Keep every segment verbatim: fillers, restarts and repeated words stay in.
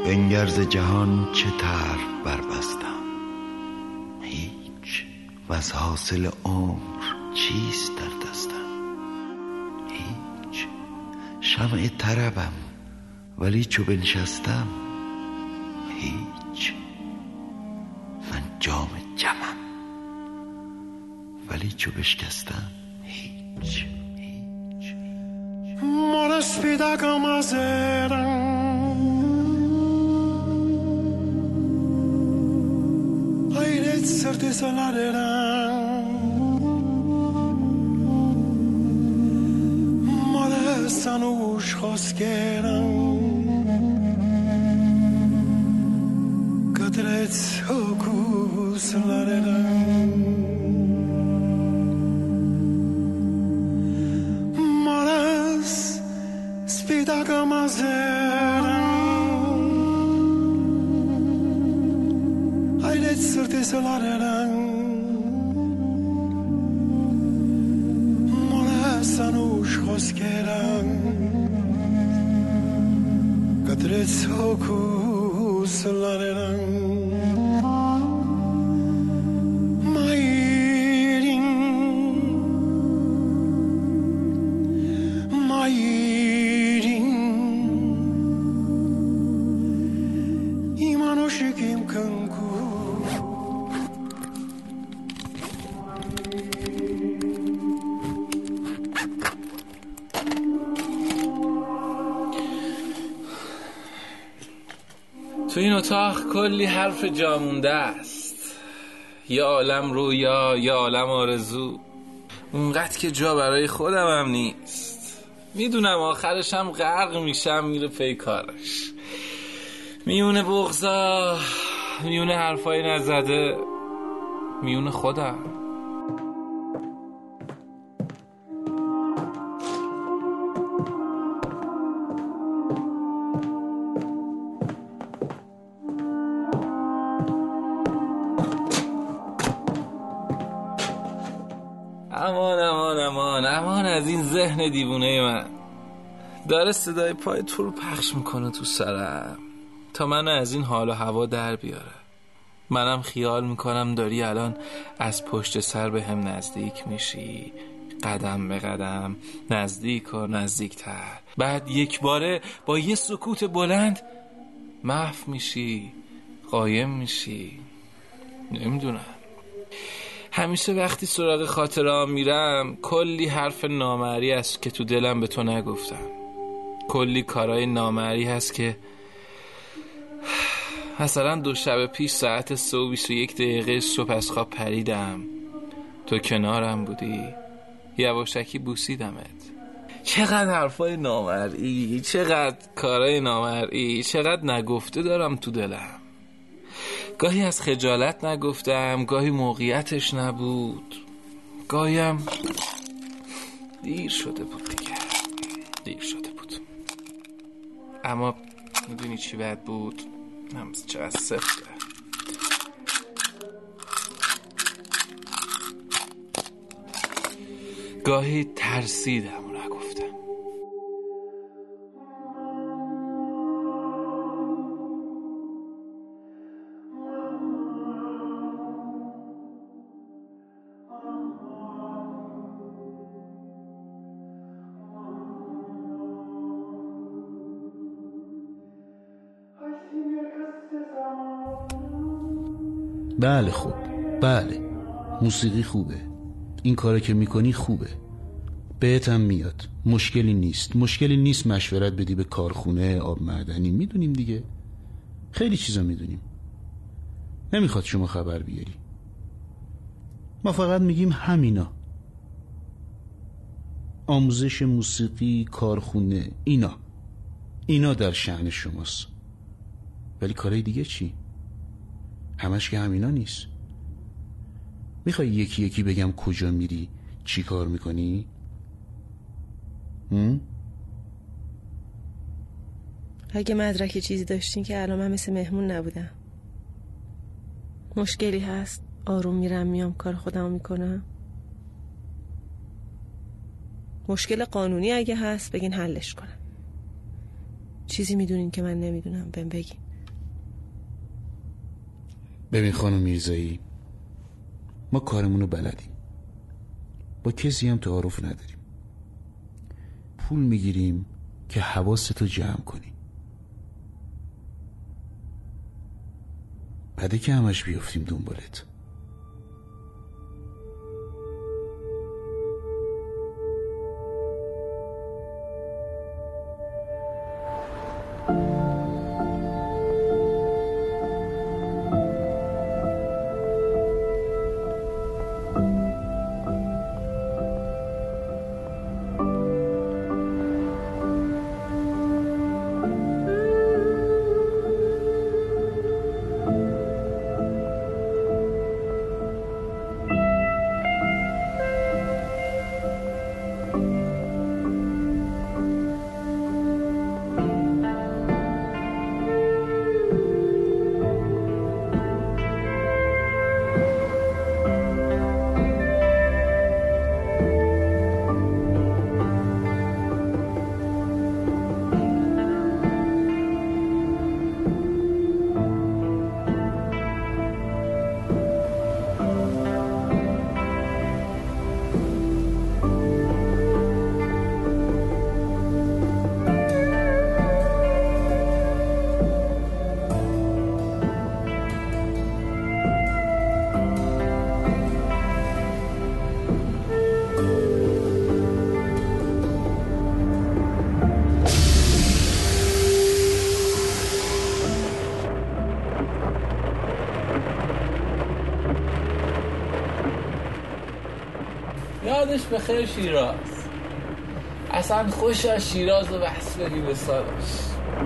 بنگر ز جهان چه طرف بربستم، هیچ. وز حاصل عمر چیست در دستم، هیچ. شمع طربم ولی چو بنشستم، هیچ. من جام جمم ولی چو بشکستم، هیچ هیچ. Mora sfida come sera, ai rezzer di salarera, mora sanush khoskera, kadret okus larera. Spida come sera, ai rezzer di salarera, mora sanush khoskera, kadret okus larera. تو این اتاق کلی حرف جا مونده است، یه عالم رویا، یه عالم آرزو، اونقدر که جا برای خودم هم نیست. میدونم آخرشم غرق میشم میره پی کارش، میونه بغضا، میونه حرفای نزده، میونه خودم. امان امان امان امان از این ذهن دیوونه من، داره صدای پای تو رو پخش میکنه تو سرم تا منو از این حال و هوا در بیاره. منم خیال میکنم داری الان از پشت سر به هم نزدیک میشی، قدم به قدم، نزدیک و نزدیکتر، بعد یک باره با یه سکوت بلند محو میشی، قایم میشی. نمیدونم، همیشه وقتی سراغ خاطره‌ام میرم کلی حرف نامری هست که تو دلم به تو نگفتم، کلی کارهای نامری هست که مثلا دو شب پیش ساعت سه و بیست و یک دقیقه صبح از خواب پریدم، تو کنارم بودی، یواشکی بوسیدمت. چقدر حرفای نامری، چقدر کارهای نامری، چقدر نگفته دارم تو دلم. گاهی از خجالت نگفتم، گاهی موقعیتش نبود، گاهی هم دیر شده بود دیگه، دیر شده بود. اما میدونی چی بد بود؟ نمز چقدر سفته. گاهی ترسیدم و نگفتم. بله خوب، بله موسیقی خوبه، این کاره که میکنی خوبه، بهتم میاد، مشکلی نیست، مشکلی نیست مشورت بدی به کارخونه آب معدنی، میدونیم دیگه، خیلی چیزا میدونیم، نمیخواد شما خبر بیاری، ما فقط میگیم همینا، آموزش موسیقی، کارخونه، اینا اینا در شأن شماست، ولی کارهای دیگه چی؟ همش که همینا نیست. میخوای یکی یکی بگم کجا میری، چی کار میکنی؟ هم؟ اگه مدرک چیزی داشتین که الان من مثل مهمون نبودم. مشکلی هست؟ آروم میرم میام کار خودمو میکنم. مشکل قانونی اگه هست بگین حلش کنم. چیزی میدونین که من نمیدونم بهم بگین. ببین خانم میرزایی، ما کارمونو بلدیم، با کسی هم تعارف نداریم، پول میگیریم که حواستو جمع کنی، بعده که همش بیافتیم دنبالت. یادش به خیر شیراز، اصلا خوش از شیراز و بس بدی به سالش.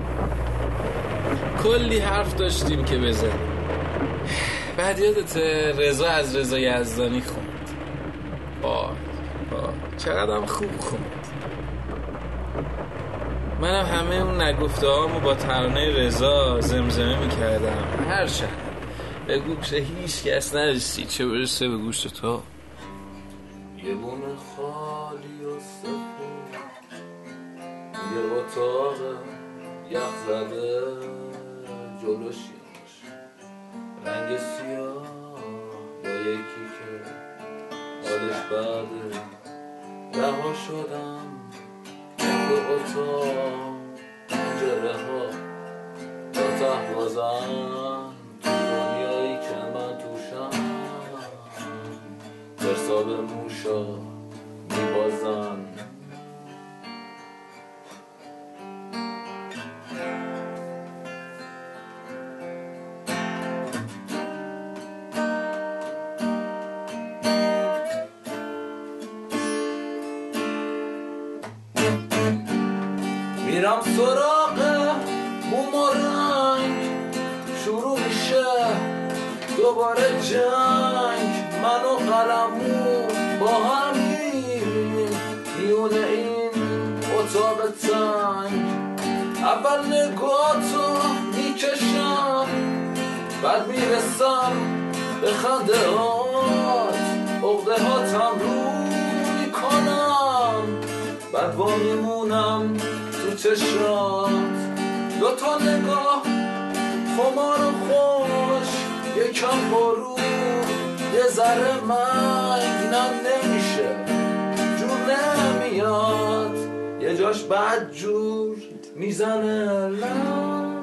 کلی حرف داشتیم که بزنیم. بعد یادت رضا از رضا یزدانی خوند. آه آه چقدر خوب خوند. منم همه اون نگفته هامو با ترانه رضا زمزمه میکردم هر شب. به گوش هیچ کس نرسید چه برسه به گوش تو. یه بون خالی و سفید، یه اتاق یخ زده جلوشیش رنگ سیاه با یکی که حالش بده. رها شدم به اتاق، پنجره ها تا ته بازن تو دنیایی که من توشم. برسا به موشا میبازن. میرم سراغ بوم و رنگ، شروع میشه دوباره جنگ. من و قلمو با هم میریم میونه این اتاق تنگ. اول نگاهتو میکشم، بعد میرسم به خنده هات، عقده هاتم رو میکنم، بعد با میمونم تو چشات. دوتا نگاه خمار و خوش، یکم برو یه ذره منگنم نمیشه، جور نمیاد، یه جاش بد جور میزنه لم.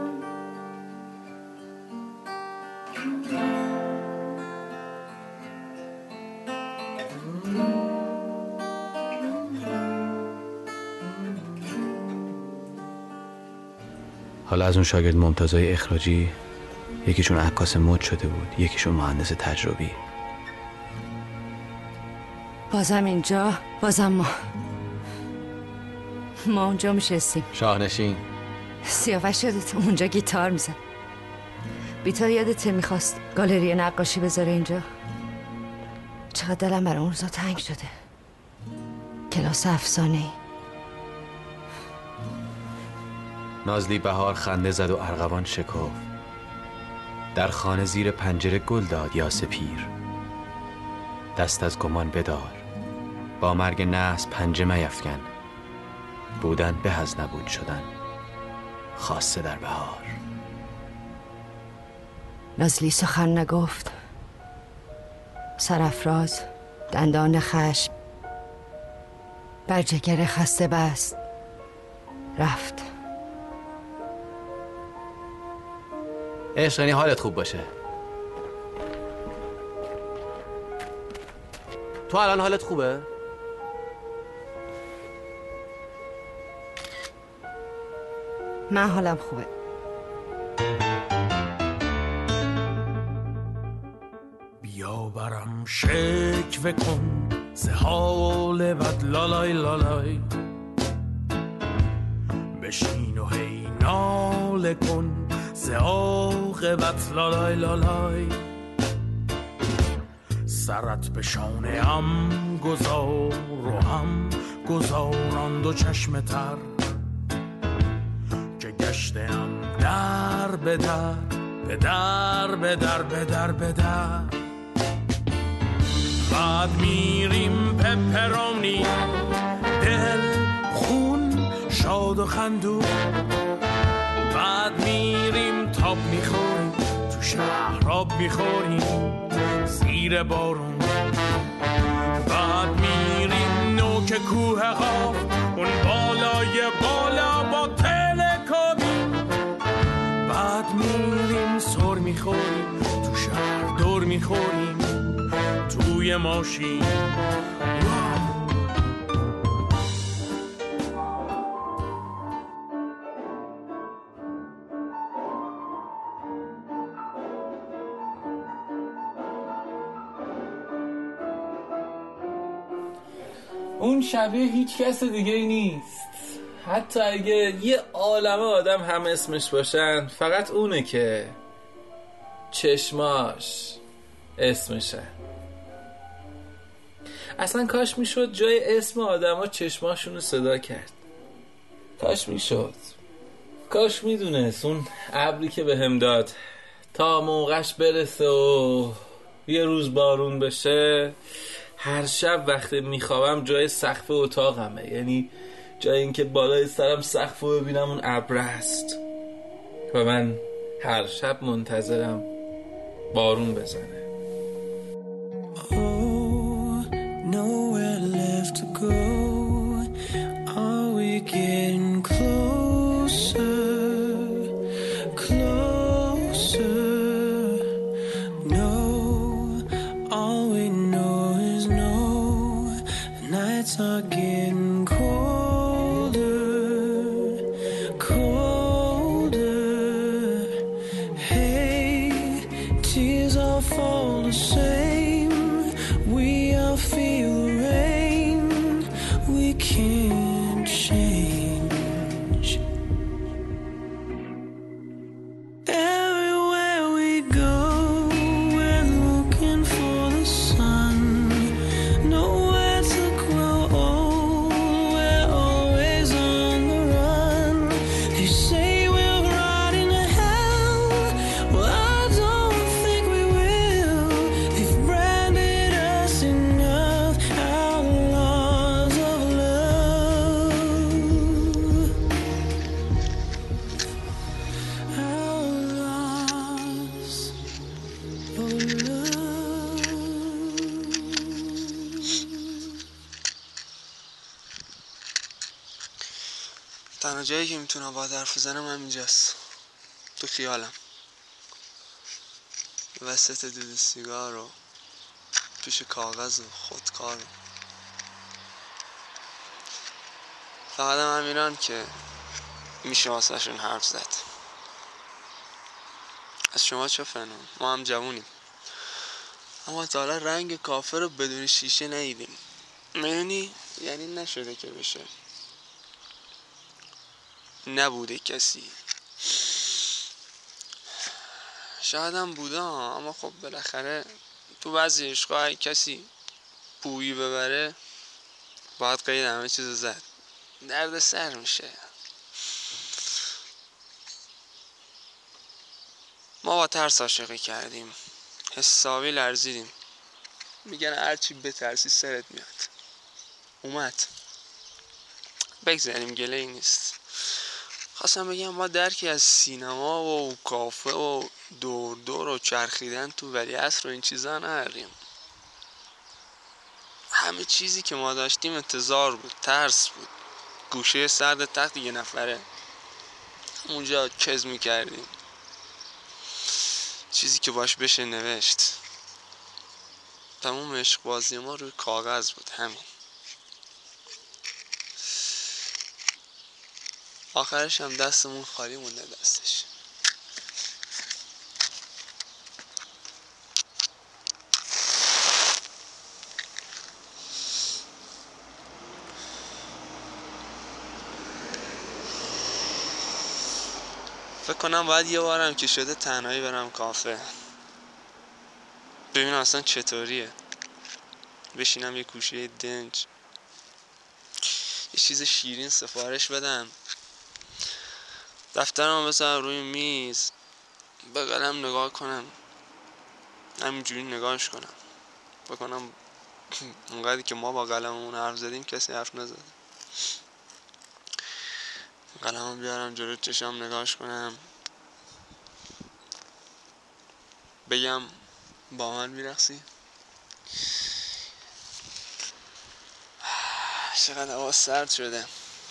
حالا از اون شاگرد ممتازای اخراجی یکیشون عکاس مد شده بود، یکیشون مهندس تجربی. بازم اینجا، بازم ما ما اونجا میشستیم شاهنشین. سیاوش یادت اونجا گیتار میزن. بیتا یادت میخواست گالری نقاشی بذاره اینجا. چقدر دلم برای اون روزا تنگ شده. کلاس افسانه‌ای. نازلی بهار خنده زد و ارغوان شکفت. در خانه زیر پنجره گل داد یاس پیر. دست از گمان بدار، با مرگ نحس پنجه میفکن. بودن به از نبود شدن، خاصه در بهار. نازلی سخن نگفت. سرافراز دندان خشم بر جگر خسته بست. رفت. عشق یعنی حالت خوب باشه. تو الان حالت خوبه؟ من حالم خوبه. بیا برم شکوه کن ز حال بد لالای لالای، بشین و هی ناله کن ز عاقبت لالای لالای. سرت به شانه هم گذار و هم گذاران دو چشم تر، که گشتم در به در به در به در به در به در. بعد میریم پپرونی دل خون شاد و خندون، بعد میریم تاب میخوریم تو شهر آب میخوریم زیر بارون، بعد میریم نوک کوه ها اون بالای بالا با تلکابین، بعد میریم سر میخوریم تو شهر دور میخوریم توی ماشین. اون شبیه هیچ کس دیگه ای نیست. حتی اگه یه عالمه آدم هم اسمش باشن، فقط اونه که چشماش اسمشه. اصلا کاش میشد جای اسم آدم ها چشماشونو صدا کرد. کاش میشد. کاش میدونست اون ابری که به هم داد تا موقعش برسه و یه روز بارون بشه، هر شب وقتی میخوابم جای سقف اتاقمه. یعنی جای این که بالای سرم سقف رو ببینم اون ابر است و من هر شب منتظرم بارون بزنه. Oh, nowhere left to go. Are we getting closer, closer? No, all we know is no. The nights are getting colder, colder. Hey, tears all fall the same. We all feel the rain. We can't change. Everywhere we go, we're looking for the sun. Nowhere to grow old. We're always on the run. They say we're riding to hell. Well, I don't think we will. They've branded us enough, outlaws of love. Outlaws of love. تنها جایی که میتونم با حرف بزنم همینجاست، تو خیالم، وسط دود سیگار و پیش کاغذ و خودکار و فقط هم همیران که میشه واسه شون حرف زد. از شما چه فنون؟ ما هم جوونیم اما تا حالا رنگ کافه رو بدون شیشه ندیدیم. میدونی؟ یعنی نشده که بشه، نبوده کسی. شاید هم بوده ها، اما خب بالاخره تو بعضی عشقا اگه کسی بویی ببره باید قید همه چیزو زد. درد سر میشه. ما با ترس عاشقی کردیم، حسابی لرزیدیم. میگن هرچی بترسی سرت میاد. اومد. بگذاریم، گله ای نیست. خواستم بگم ما درکی از سینما و کافه و دور دور و چرخیدن تو ولیعصر و این چیزا نداریم. همه چیزی که ما داشتیم انتظار بود، ترس بود. گوشه سرد تخت یه نفره اونجا کز میکردیم، چیزی که باش بشه نوشت. تموم عشق بازی ما روی کاغذ بود، همین. آخرش هم دستمون خالی مونده دستش. فکر کنم باید یه بارم که شده تنهایی برم کافه، ببینم اصلا چطوریه، بشینم یه گوشه دنج، یه چیز شیرین سفارش بدم، دفترم بذارم روی میز، به قلم نگاه کنم، همینجوری نگاهش کنم، بکنم اونقدری که ما با قلممون حرف زدیم کسی حرف نزده. قلمو بیارم جلو چشم نگاهش کنم، بگم با من میرقصی؟ چقدر هوا سرد شده.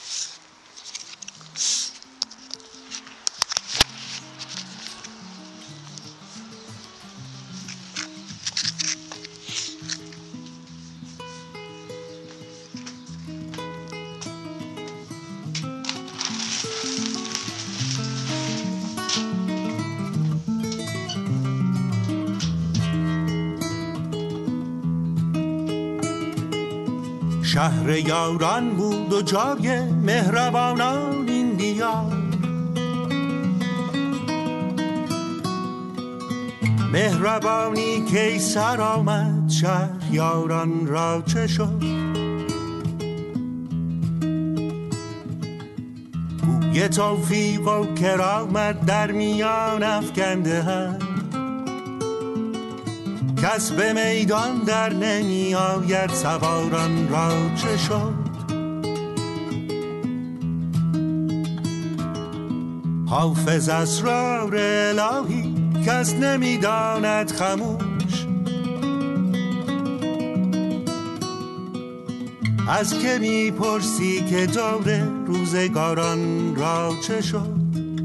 شهر یاران بود و جای مهربانان این دیار، مهربانی که سر آمد شهر یاران را چه شد. گوی توفیق و کرامت در میان افکنده هم، کس به میدان در نمی آید سواران را چه شد. حافظ اسرار الهی کس نمی داند خموش، از که می پرسی که دور روزگاران را چه شد.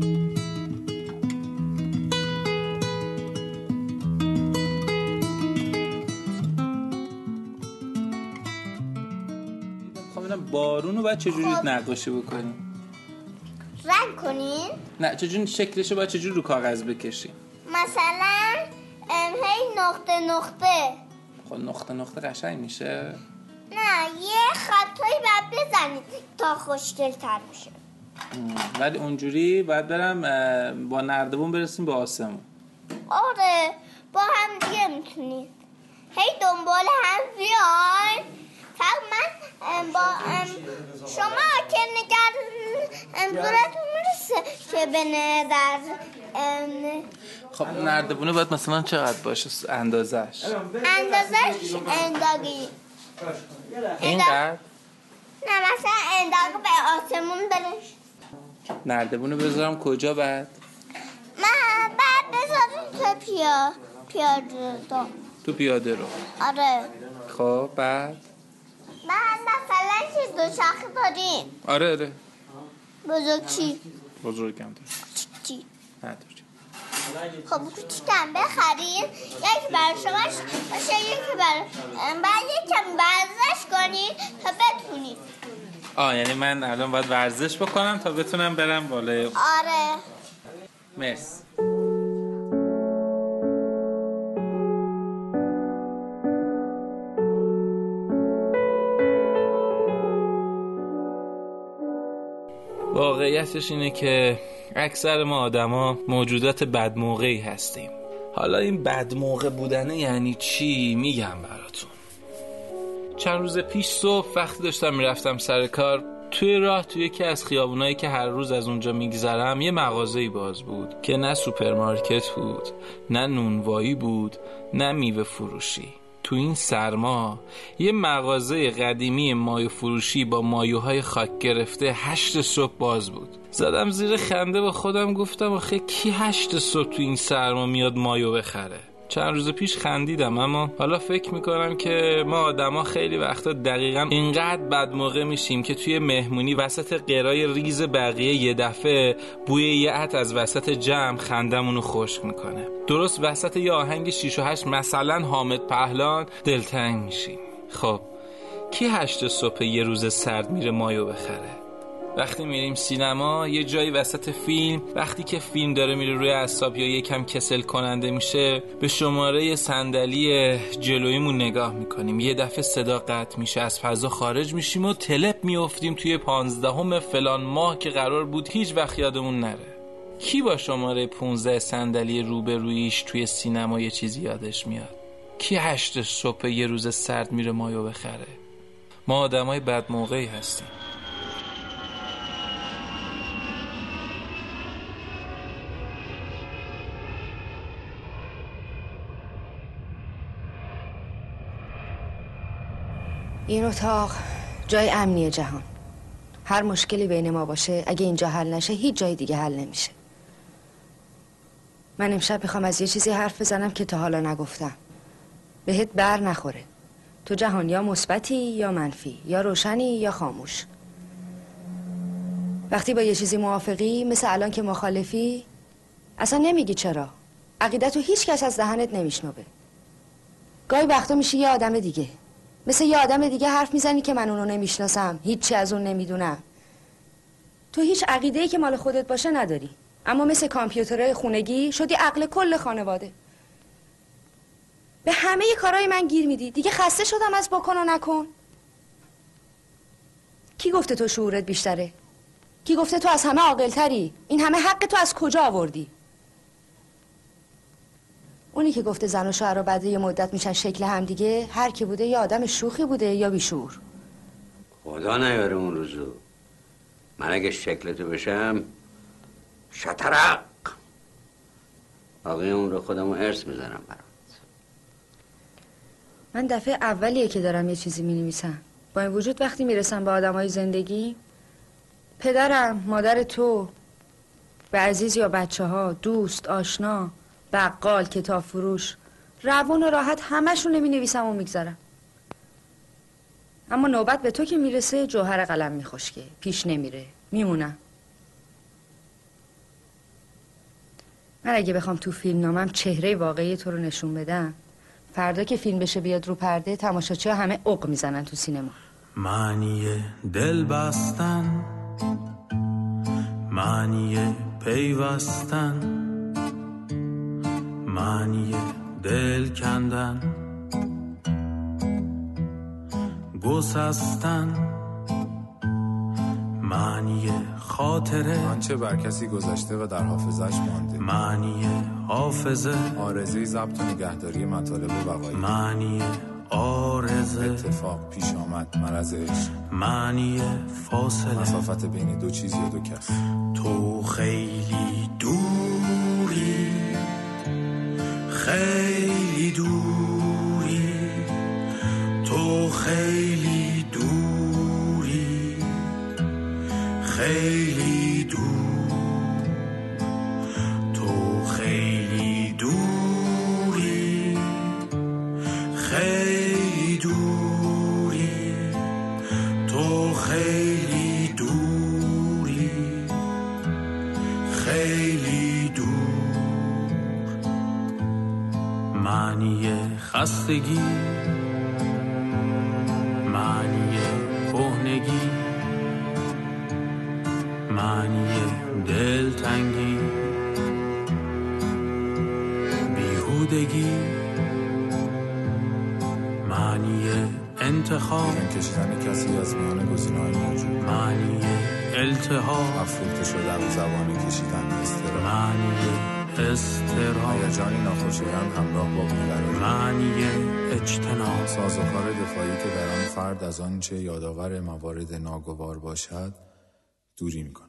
بارون رو باید چجوری خب. نقاشی بکنیم؟ رنگ کنیم؟ نه، چجوری شکلش رو باید چجوری رو کاغذ بکشیم؟ مثلا هی نقطه نقطه. خب نقطه نقطه قشنگ میشه؟ نه، یه خطایی باید بزنید تا خوشگل‌تر میشه. ولی اونجوری باید برم با نردبون برسیم به آسمون. آره، با هم دیگه میتونید هی دنبال هم بیاین. فقط من با شما که نگر امزورتون میرسه که به نظر. خب نردبونه باید مثلا چقدر باشه اندازش؟ اندازش انداگی اینقدر؟ نه، مثلا انداگ به آسمون برش. نردبونه بذارم کجا بعد؟ من بعد بذارم تو پیا پیاده رو. تو پیاده رو؟ آره. خب بعد؟ من مثلا چی دو شاخه داریم. آره آره. بزرگ چی؟ بزرگم داریم. چی؟ نداریم. خب کوچیکم بخریم، یکی برای شماش باشه یکی برای بعد یکم ورزش کنید تا بتونید. آه یعنی من الان باید ورزش بکنم تا بتونم برم بالای. آره. مرسی. واقعیتش اینه که اکثر ما آدما موجودات بدموقعی هستیم. حالا این بدموقع بودنه یعنی چی؟ میگم براتون. چند روز پیش صبح وقتی داشتم میرفتم سر کار، توی راه توی یکی از خیابونایی که هر روز از اونجا میگذرم یه مغازه‌ای باز بود که نه سوپرمارکت بود، نه نونوایی بود، نه میوه فروشی. تو تو این سرما یه مغازه قدیمی مایو فروشی با مایوهای خاک گرفته هشت صبح باز بود. زدم زیر خنده با خودم گفتم آخه کی هشت صبح تو این سرما میاد مایو بخره؟ چند روز پیش خندیدم، اما حالا فکر میکنم که ما آدما خیلی وقتا دقیقا اینقدر بد موقع میشیم که توی مهمونی وسط قرای ریز بقیه یه دفعه بوی یه عط از وسط جمع خندمونو خشک میکنه. درست وسط یه آهنگ شیش و هشت مثلا حامد پهلوان دلتنگ میشیم. خب کی هشت صبح یه روز سرد میره مایو بخره؟ وقتی میریم سینما یه جایی وسط فیلم، وقتی که فیلم داره میره روی اعصاب یا یکم کسل کننده میشه، به شماره صندلی جلویمون نگاه میکنیم، یه دفعه صدا قطع میشه، از فضا خارج میشیم و تلپ میافتیم توی پانزدهم فلان ماه که قرار بود هیچ وقت یادمون نره. کی با شماره پونزده صندلی روبرویش توی سینما یه چیزی یادش میاد؟ کی هشت صبح یه روز سرد میره مایو بخره؟ ما آدمای بد موقعی هستیم. این اتاق جای امنیه جهان. هر مشکلی بین ما باشه اگه اینجا حل نشه هیچ جای دیگه حل نمیشه. من امشب میخوام از یه چیزی حرف بزنم که تا حالا نگفتم. بهت بر نخوره. تو جهان یا مثبتی یا منفی، یا روشنی یا خاموش. وقتی با یه چیزی موافقی، مثل الان که مخالفی، اصلا نمیگی چرا. عقیدتو هیچ کس از دهنت نمیشنوه. گاهی وقتا میشی یه آدم دیگه. مثل یه آدم دیگه حرف میزنی که من اونو نمیشناسم، هیچی از اون نمیدونم. تو هیچ عقیده‌ای که مال خودت باشه نداری، اما مثل کامپیوترهای خونگی شدی عقل کل خانواده. به همه ی کارهای من گیر میدی. دیگه خسته شدم از بکن و نکن. کی گفته تو شعورت بیشتره؟ کی گفته تو از همه عاقل‌تری؟ این همه حق تو از کجا آوردی؟ اونی که گفته زن و شوهر بعد یه مدت میشن شکل هم دیگه، هر کی بوده یا آدم شوخی بوده یا بیشعور. خدا نیاره اون روزو. من اگه شکلتو بشم شطرق باقی اون رو خودمو ارث میزنم برات. من دفعه اولیه که دارم یه چیزی مینویسم. با این وجود وقتی میرسم به آدمای زندگی، پدرم، مادر تو، به عزیز یا بچه ها، دوست، آشنا، بقال، کتاب فروش، روان و راحت همشون نمی نویسم و میگذارم. اما نوبت به تو که میرسه جوهر قلم میخشکه، پیش نمیره، میمونم. من اگه بخوام تو فیلم نامم چهره واقعی تو رو نشون بدم، فردا که فیلم بشه بیاد رو پرده، تماشاچی ها همه عق میزنن تو سینما. معنی دل بستن، معنی پیوستن، معنی دل کندن، گسستن، معنی خاطره، آنچه بر کسی گذشته و در حافظش مانده، معنی حافظه، آرزوی ضبط و نگهداری مطالب بقایی، معنی آرزه، اتفاق پیش آمد، مرض عشق، معنی فاصله، مسافت بین دو چیز یا دو کس. تو خیلی دوری، خیلی دوری، تو خیلی دوری، خیلی دور، تو خیلی دوری، خیلی دوری، تو خیلی دوری، خیلی دور. معنی خستگی، معنی کهنگی، معنی دلتنگی، بیهودگی، معنی انتخاب، کشیدن کسی از میان گزینه‌های موجود، معنی التهاب، افروخته شدن و زبان کشیدن، استرام، معنی استرام، هیجانی ناخوشایند همراه با بیقراری، معنی اجتناب، سازوکار دفاعی که در آن فرد از آنچه یادآور موارد ناگوار باشد دوری می‌کند.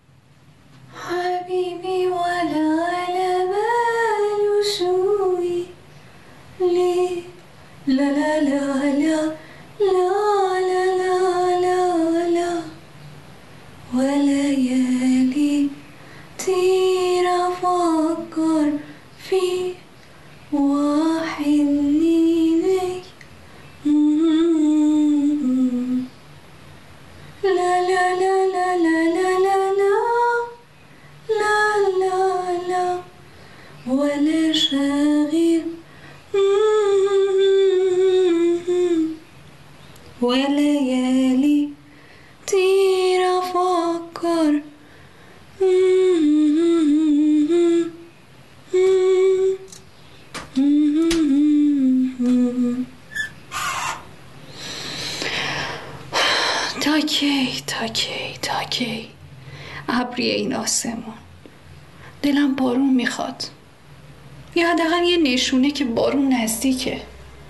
حبیبی ولا على بال وشوي لي لا في وحنينك لا لا لا لا لا لا لا لا لا لا ولا شاغل وليالي طير أفكر تا کی تا کی تا کی ابری این آسمون، دلم بارون میخواد، یا حداقل یه نشونه که بارون نزدیکه.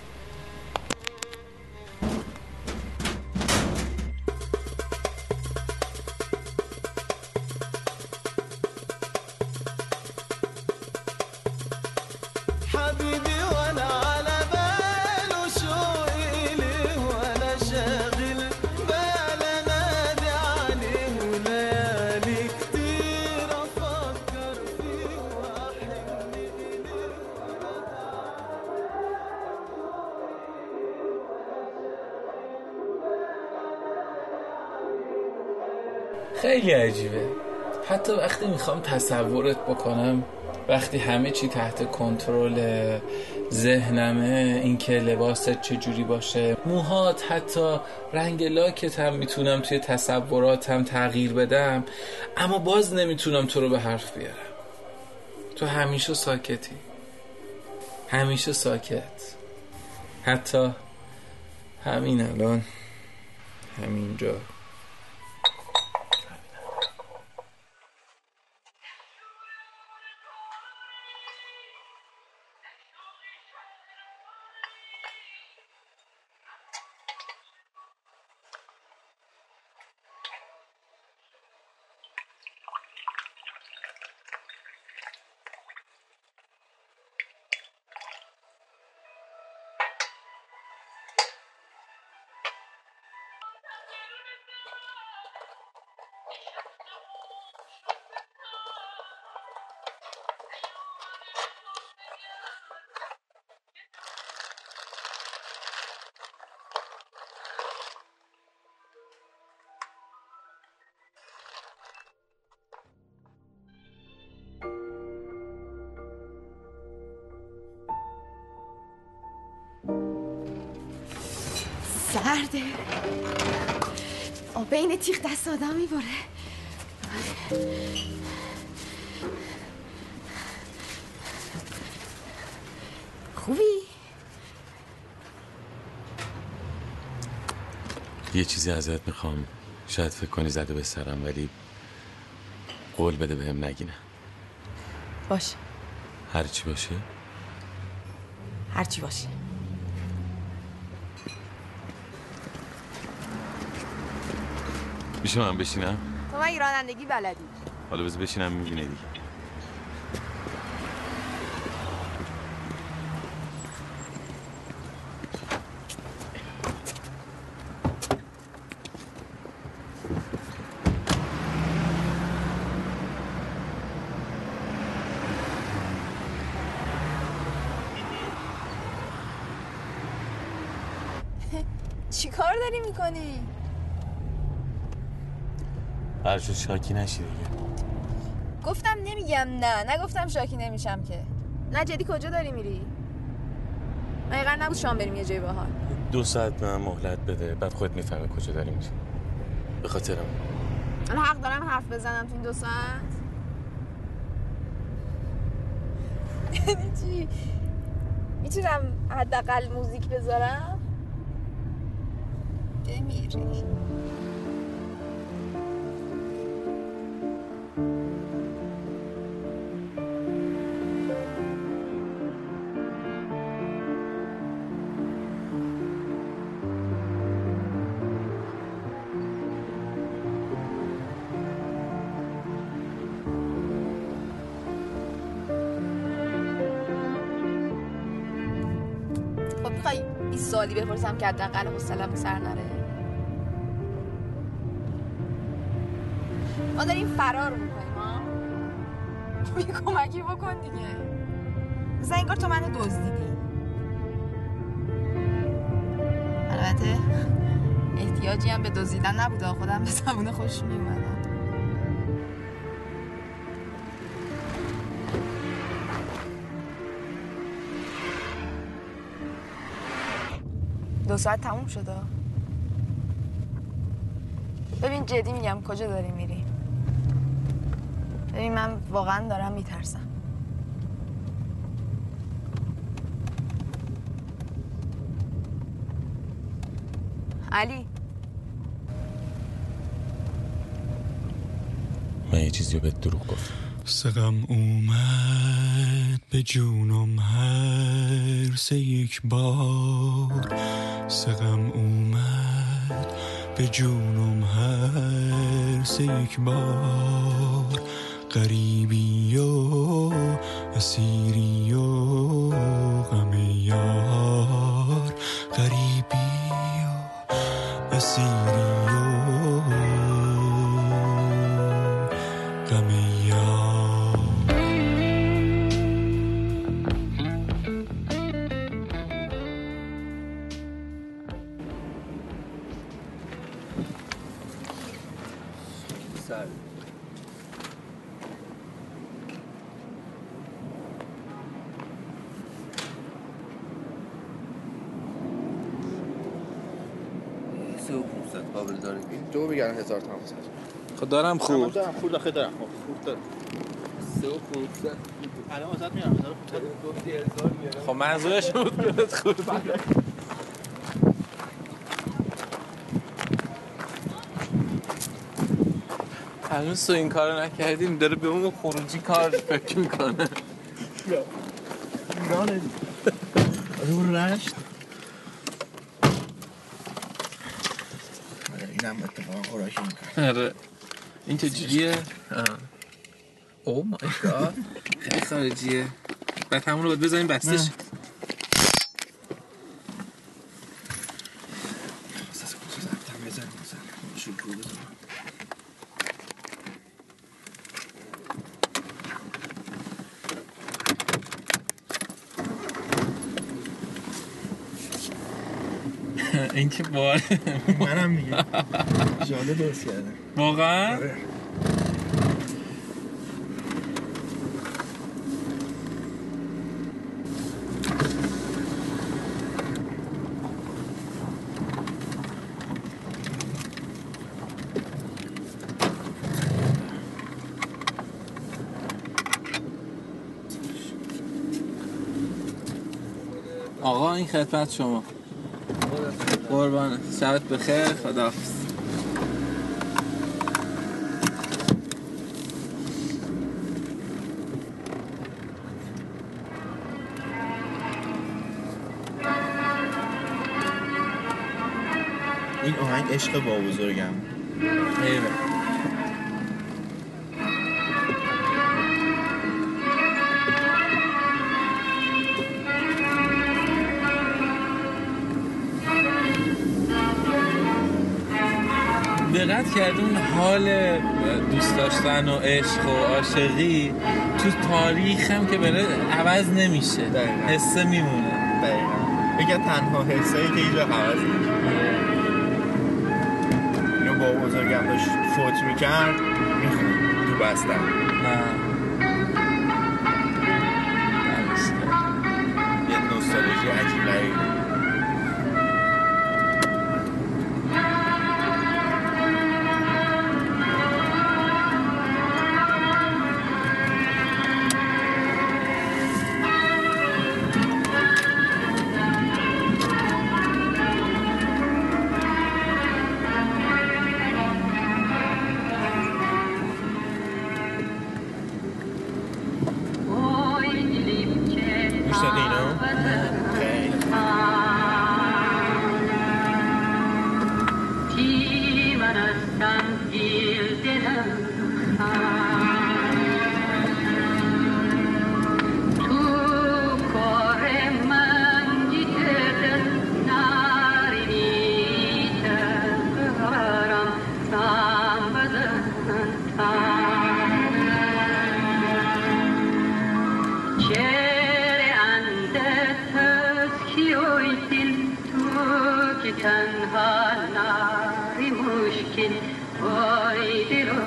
خیلی عجیبه. حتی وقتی میخوام تصورت بکنم، وقتی همه چی تحت کنترل ذهنمه، اینکه لباست چجوری باشه، موهات، حتی رنگ لاکت هم میتونم توی تصوراتم تغییر بدم، اما باز نمیتونم تو رو به حرف بیارم. تو همیشه ساکتی، همیشه ساکت، حتی همین الان، همینجا. سرده آب این تیغ دست آدم میبره. خوبی؟ یه چیزی ازت میخوام، شاید فکر کنی زده به سرم، ولی قول بده بهم نگینه. باشه. هر چی باشه؟ هر چی باشه. میشه من بشینم؟ تو من رانندگی بلدی. حالا بذار بشینم میبینه دیگه. چی کار داری میکنی؟ هرچه شاکی نشی دیگه. گفتم نمیگم نه، نگفتم شاکی نمیشم که. نه جدی کجا داری میری؟ من قرار نبود شام بریم یه جای باحال. دو ساعت به من مهلت بده، بعد خودت میفهمی کجا داری میری. به خاطرم. الان حق دارم حرف بزنم تو این دو ساعت؟ یعنی چی؟ میتونم حداقل موزیک بذارم؟ بمیری. خب میخوای بیست سالی بپرسم که حداقل حوصله‌ام سر نره؟ ما داریم فرار میکنیم ها؟ یه کمکی بکن دیگه. مثلا انگار تو منو دزدیدی. البته احتیاجی هم به دزدیدن نبوده، خودم به زبون خوش میومدم. دو ساعت تموم شده. ببین جدی میگم کجا داری میری؟ ببین من واقعا دارم میترسم. علی من یه چیزی رو به دروغ گفتم. سقم اومد به جونم هر سه یک بار، سقم اومد به جونم هر سه یک بار، غریبی و اسیری و غم یار، غریبی و اسیری و غم یار. قابل داریم این دو میگن هزار تومان زد. خب دارم خورد دارم خورد آخه دارم خورد دارم سه و خورد الان واسط میارم هزار خورد گفتی هزار میارم. خب منظورش بود که بهت خورد. هنوز تو این کارو نکردیم داره به اون خروجی کار فکر میکنه. ایرانه رو رشت اینم اتفاقا خوراکی میکنه. آره این چجوریه؟ او مای گاد خیلی خارجیه. بعد همون رو باید بذاریم بستش. این که بار منم میگه جاله درست کردم واقعا؟ آره. آقا این خدمت شما. قربانه شبت بخیر. خداحافظ. این آهنگ عشق با بزرگم. ایوه دقت کردی اون حال دوست داشتن و عشق و عاشقی تو تاریخ هم که بره عوض نمیشه. دقیقا. حسه میمونه. دقیقا بگه تنها حسایی که اینجا عوض نمیشه. اینو با بزرگم داشت فوت میکرد میخوند تو بستن. نه یه نوستالژی عجیب غریب. Chere که تنها ناری مشکل وای دلو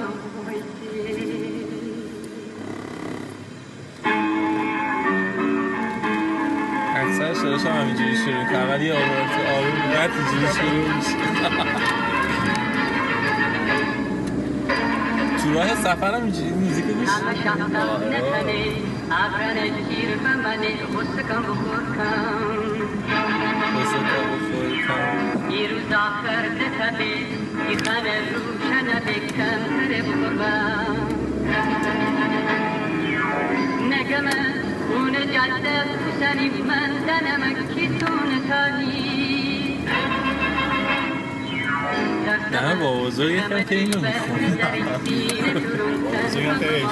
اکثر شعرش هم همینجوری شروع کنم ولی آروم رد اینجوری شروع میشه. تو راه سفر هم اینجوری موزیک گوش یه روز آخر نتبه یه خانه روشنه بکن تره بخورم نگمه اون جده بسنی من دنم کی تونه تانی نه با بزرگ یکم که اینو میخونه بزرگ هم خیلی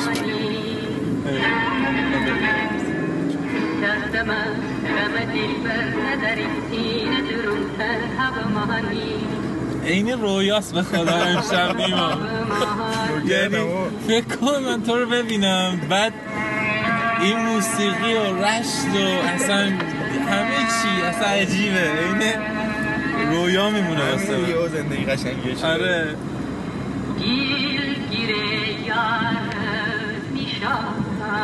دستم غم دل بر نداری سینه درون تنها بمانی این رویاست به خدا امشب نیما. یعنی فکر کن من تو رو ببینم بعد این موسیقی و رشت و اصلا همه چی اصلا عجیبه. این رویا میمونه واسه من. یه زندگی قشنگیه شده. آره گیر گیره یار میشان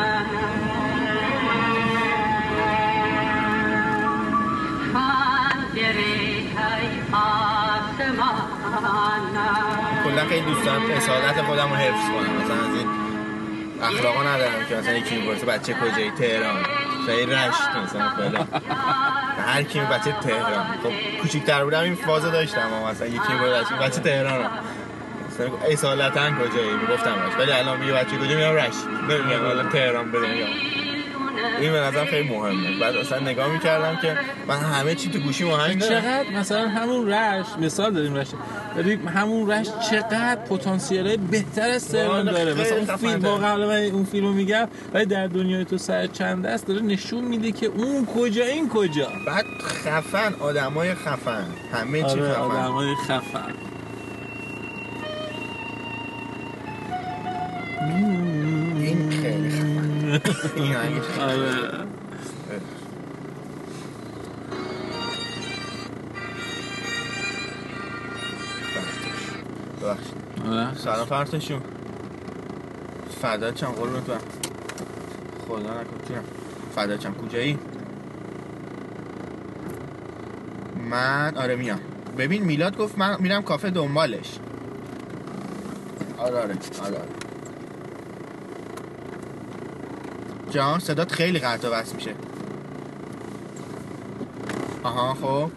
کلا خیلی دوست دارم اصالت خودم رو حفظ کنم. مثلا از این اخلاقا ندارم که مثلا یکی میپرسه بچه کجایی؟ تهران. خیلی رشت مثلا فعلا هر کی بچه تهران. خب کوچیک‌تر بودم این فازو داشتم اما مثلا یکی میگه بچه تهران مثلا اصالتا کجایی میگفتم رشت ولی الان میگه بچه کجا میگم رشت نمیگم حالا تهران بریم. این به نظرم خیلی مهمه. بعد اصلا نگاه میکردم که من همه چی تو گوشیم آهنگ دارم. چقدر مثلا همون رشت مثال داریم رشت ولی همون رشت چقدر پتانسیل بهتر از تهران داره. مثلا اون فیلم واقعا من اون فیلمو میگم ولی در دنیای تو سر چند است داره نشون میده که اون کجا این کجا. بعد خفن آدمای خفن همه چی آره خفن آدمای خفن. این خیلی خفن. این آهنگ آره ببخشید. سلام فرتشون. فدا چم قربونت برم. خدا نکنه جونم. فدا چم کجایی؟ من آره میام. ببین میلاد گفت من میرم کافه دنبالش. آره آره آره جان صدات خیلی قطع و وصل میشه. آها خب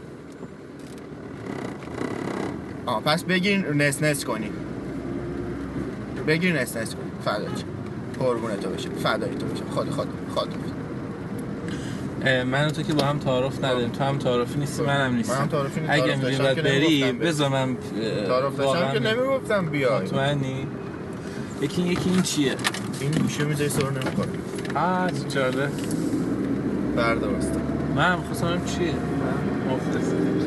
آه پس بگیر نس نس کنی. بگیر نس نس کنی. فدای قربونه تو بشه. فدای تو بشه. خود خود خود من و تو که با هم تعارف نداریم. تو هم تعارفی نیستی منم نیستم. منم تعارفی نیستم. اگه میگی باید بری بذار من تعارف داشتم که نمیگفتم بیای. مطمئنی؟ یکی یکی این چیه؟ این گوشه میذاری سر نمیکنه. آه چه جالب. بردارستم. من میخواستم چیه؟ مختصر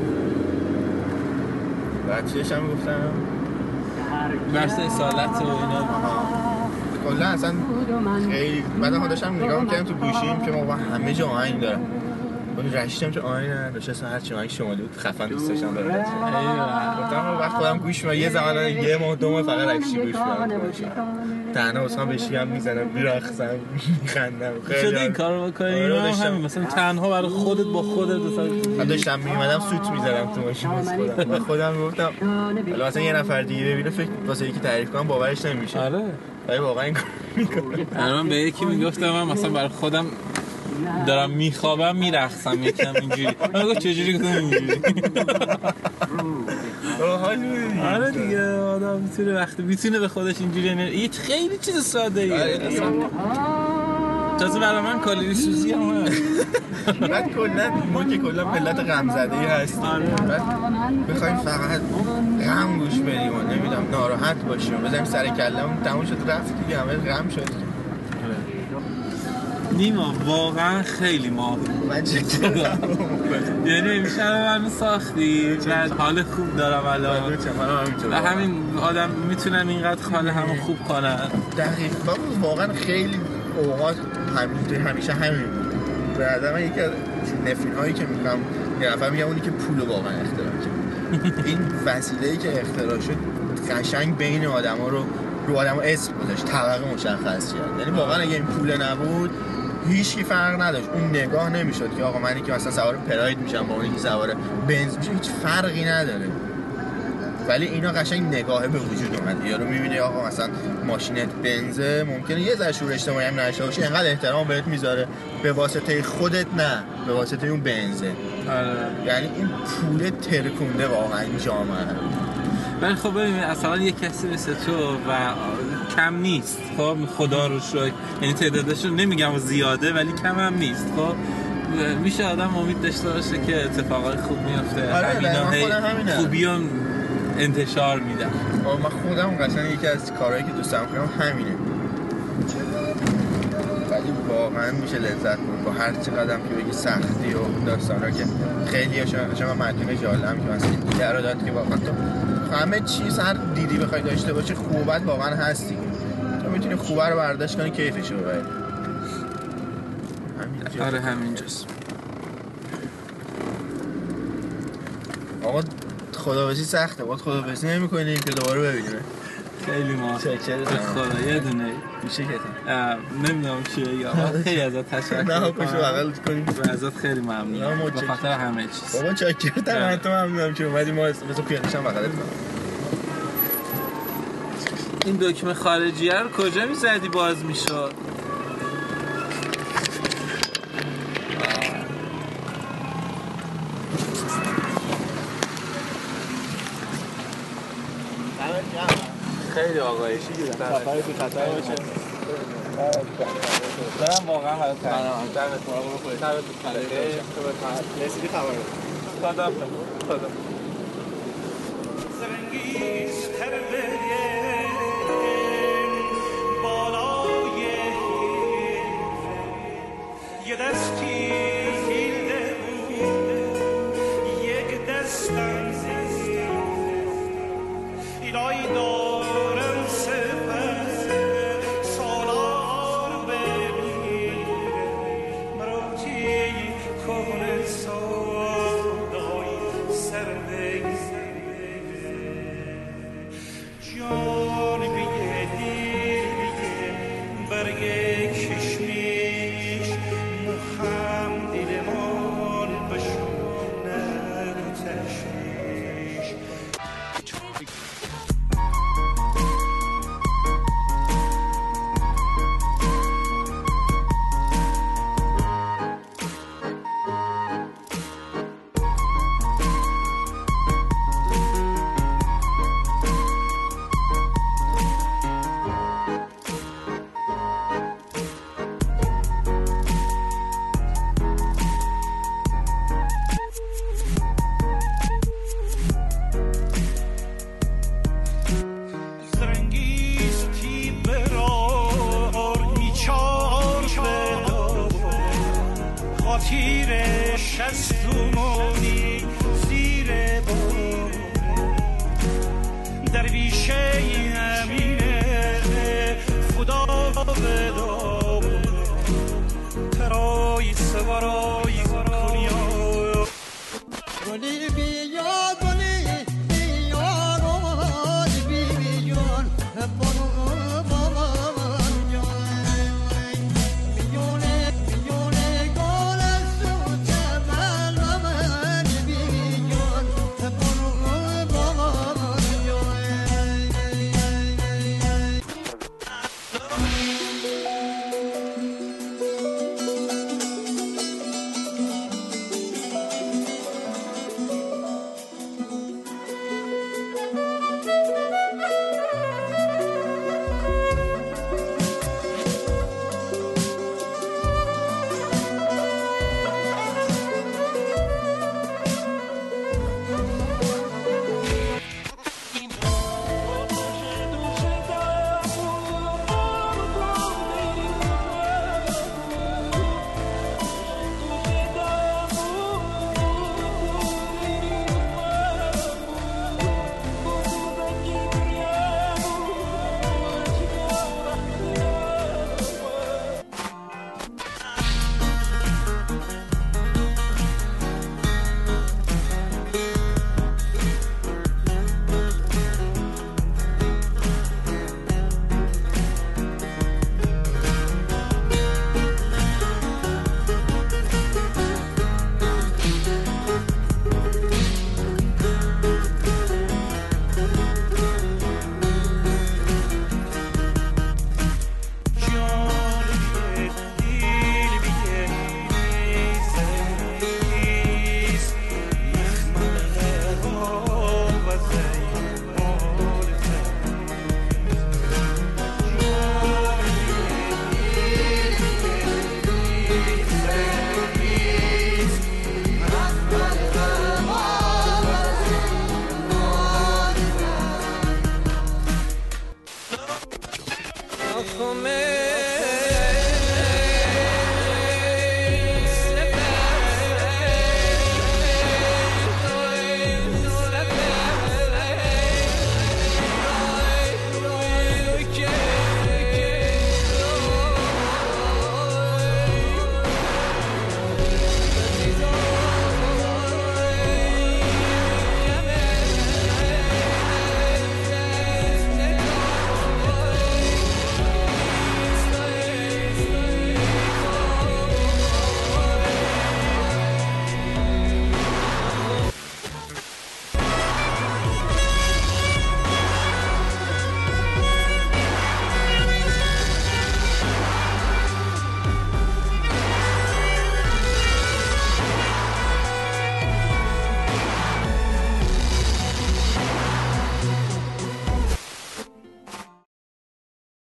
بچه‌ش هم گفتم بحث اصالت و اینا. کلا اصلا خیلی بعدم داشتم نگاه می‌کردم تو گوشیم که ما همه جا آهنگ دارم. اون رشتم که آهنگ نداشتم هر چی آهنگ شمالی بود خفن دوست داشتم برام. ایوه. گفتم وقت خودم گوش میدم یه زمان یه ماه دو ماه فقط رشتی گوش میدم. تنها واسم بشینم میزنم میرقصم میخندم. شده این کارو بکنی؟ من همین مثلا تنها برای خودت با خودت مثلا داشتم میومدم سوت می‌زدم تو ماشین واسه خودم. من خودم میگفتم حالا مثلا یه نفر دیگه ببینه فکر واسه یکی تعریف کنم باورش نمیشه. آره. ولی واقعا این کارو میکنم. من به یکی میگفتم من مثلا برای خودم دارم میخوابم میرقصم یکم اینجوری. من گفتم چجوری گفتم اینجوری. آره دیگه آدم میتونه وقتی میتونه به خودش اینجوری یه خیلی چیز ساده ایه. تازه برای من کالری سوزی هم هست. بعد کلا ما که کلا ملت غم زده ای هستیم. بعد بخوایم فقط غم گوش بدیم و نمیدونم ناراحت باشیم بزنیم سر کلمون تموم شد رفت دیگه همه غم شد. نیما واقعا خیلی ماهی. من چه کردم؟ یعنی میشه من ساختی بعد حال خوب دارم الان و همین آدم میتونن اینقدر حال همون خوب کنن. دقیقا واقعا خیلی اوقات همین همیشه همین بود. به نظر من یکی از نفرین هایی که میگم یه نفر میگم اونی که پولو واقعا اختراع کرد. این وسیله‌ای که اختراع شد قشنگ بین آدما رو رو آدما اسم گذاشت، طبقه مشخص کرد. یعنی واقعا اگه این پول نبود هیچ کی فرق نداشت. اون نگاه نمیشد که آقا منی که مثلا سوار پراید میشم با اونی که سوار بنز میشه هیچ فرقی نداره. ولی اینا قشنگ نگاهه به وجود اومد. یارو میبینه آقا مثلا ماشینت بنزه، ممکنه یه ذره شور اجتماعی هم نشه باشه، انقدر احترام بهت میذاره به واسطه خودت، نه به واسطه اون بنزه. آره. یعنی این پول ترکونده واقعا جامعه. ولی خب ببین اصلا یه کسی مثل تو و کم نیست، خب خدا رو شکر، یعنی تعدادشون نمیگم زیاده ولی کم هم نیست. خب میشه آدم امید داشته باشه که اتفاقای خوب میفته. آره همینا خوبیون انتشار میدم. من خودم قشنگ یکی از کارهایی که دوست دارم کنم همینه. ولی واقعا میشه لذت برد با هر چه قدم که بگی سختی و داستانا که خیلی هاشون شما مدیون جالم که مثلا ایده رو داد که واقعا تو همه چیز هر دیدی بخوای داشته باشه خوب و بد واقعا هستی. تو میتونی خوبه رو برداشت کنی کیفش رو ببری. همینجا. آره همینجاست. آقا خداحافظی سخته. باید خداحافظی نمی‌کنیم که دوباره ببینیم. خیلی ما چکر خدا یه دونه میشه که نمیدونم چیه یا خیلی ازت تشکر نه پشو بغل کنیم ازت خیلی ممنونم به خاطر همه چیز. بابا چاکرتم. تو ممنونم که اومدی. ما مثلا پیانیشم بغلت کنم. این دکمه خارجیه رو کجا میزدی باز میشد؟ خیلی آقایشی گیرم سفری تو خطر باشه دارم واقعا برای تنم دمت مراقب خودت دمت تو خلقه تو به رسیدی خبر خدا خدا سرنگیز تربیه بالای یه دستی فیلده بود یک دستم ایلایی دارم سپس سالار ببین مراتی کنه سادای سر بگذره جان بیه دیر بیه برگه کشمیش مخم دیلمان بشونه تشمیش درویشه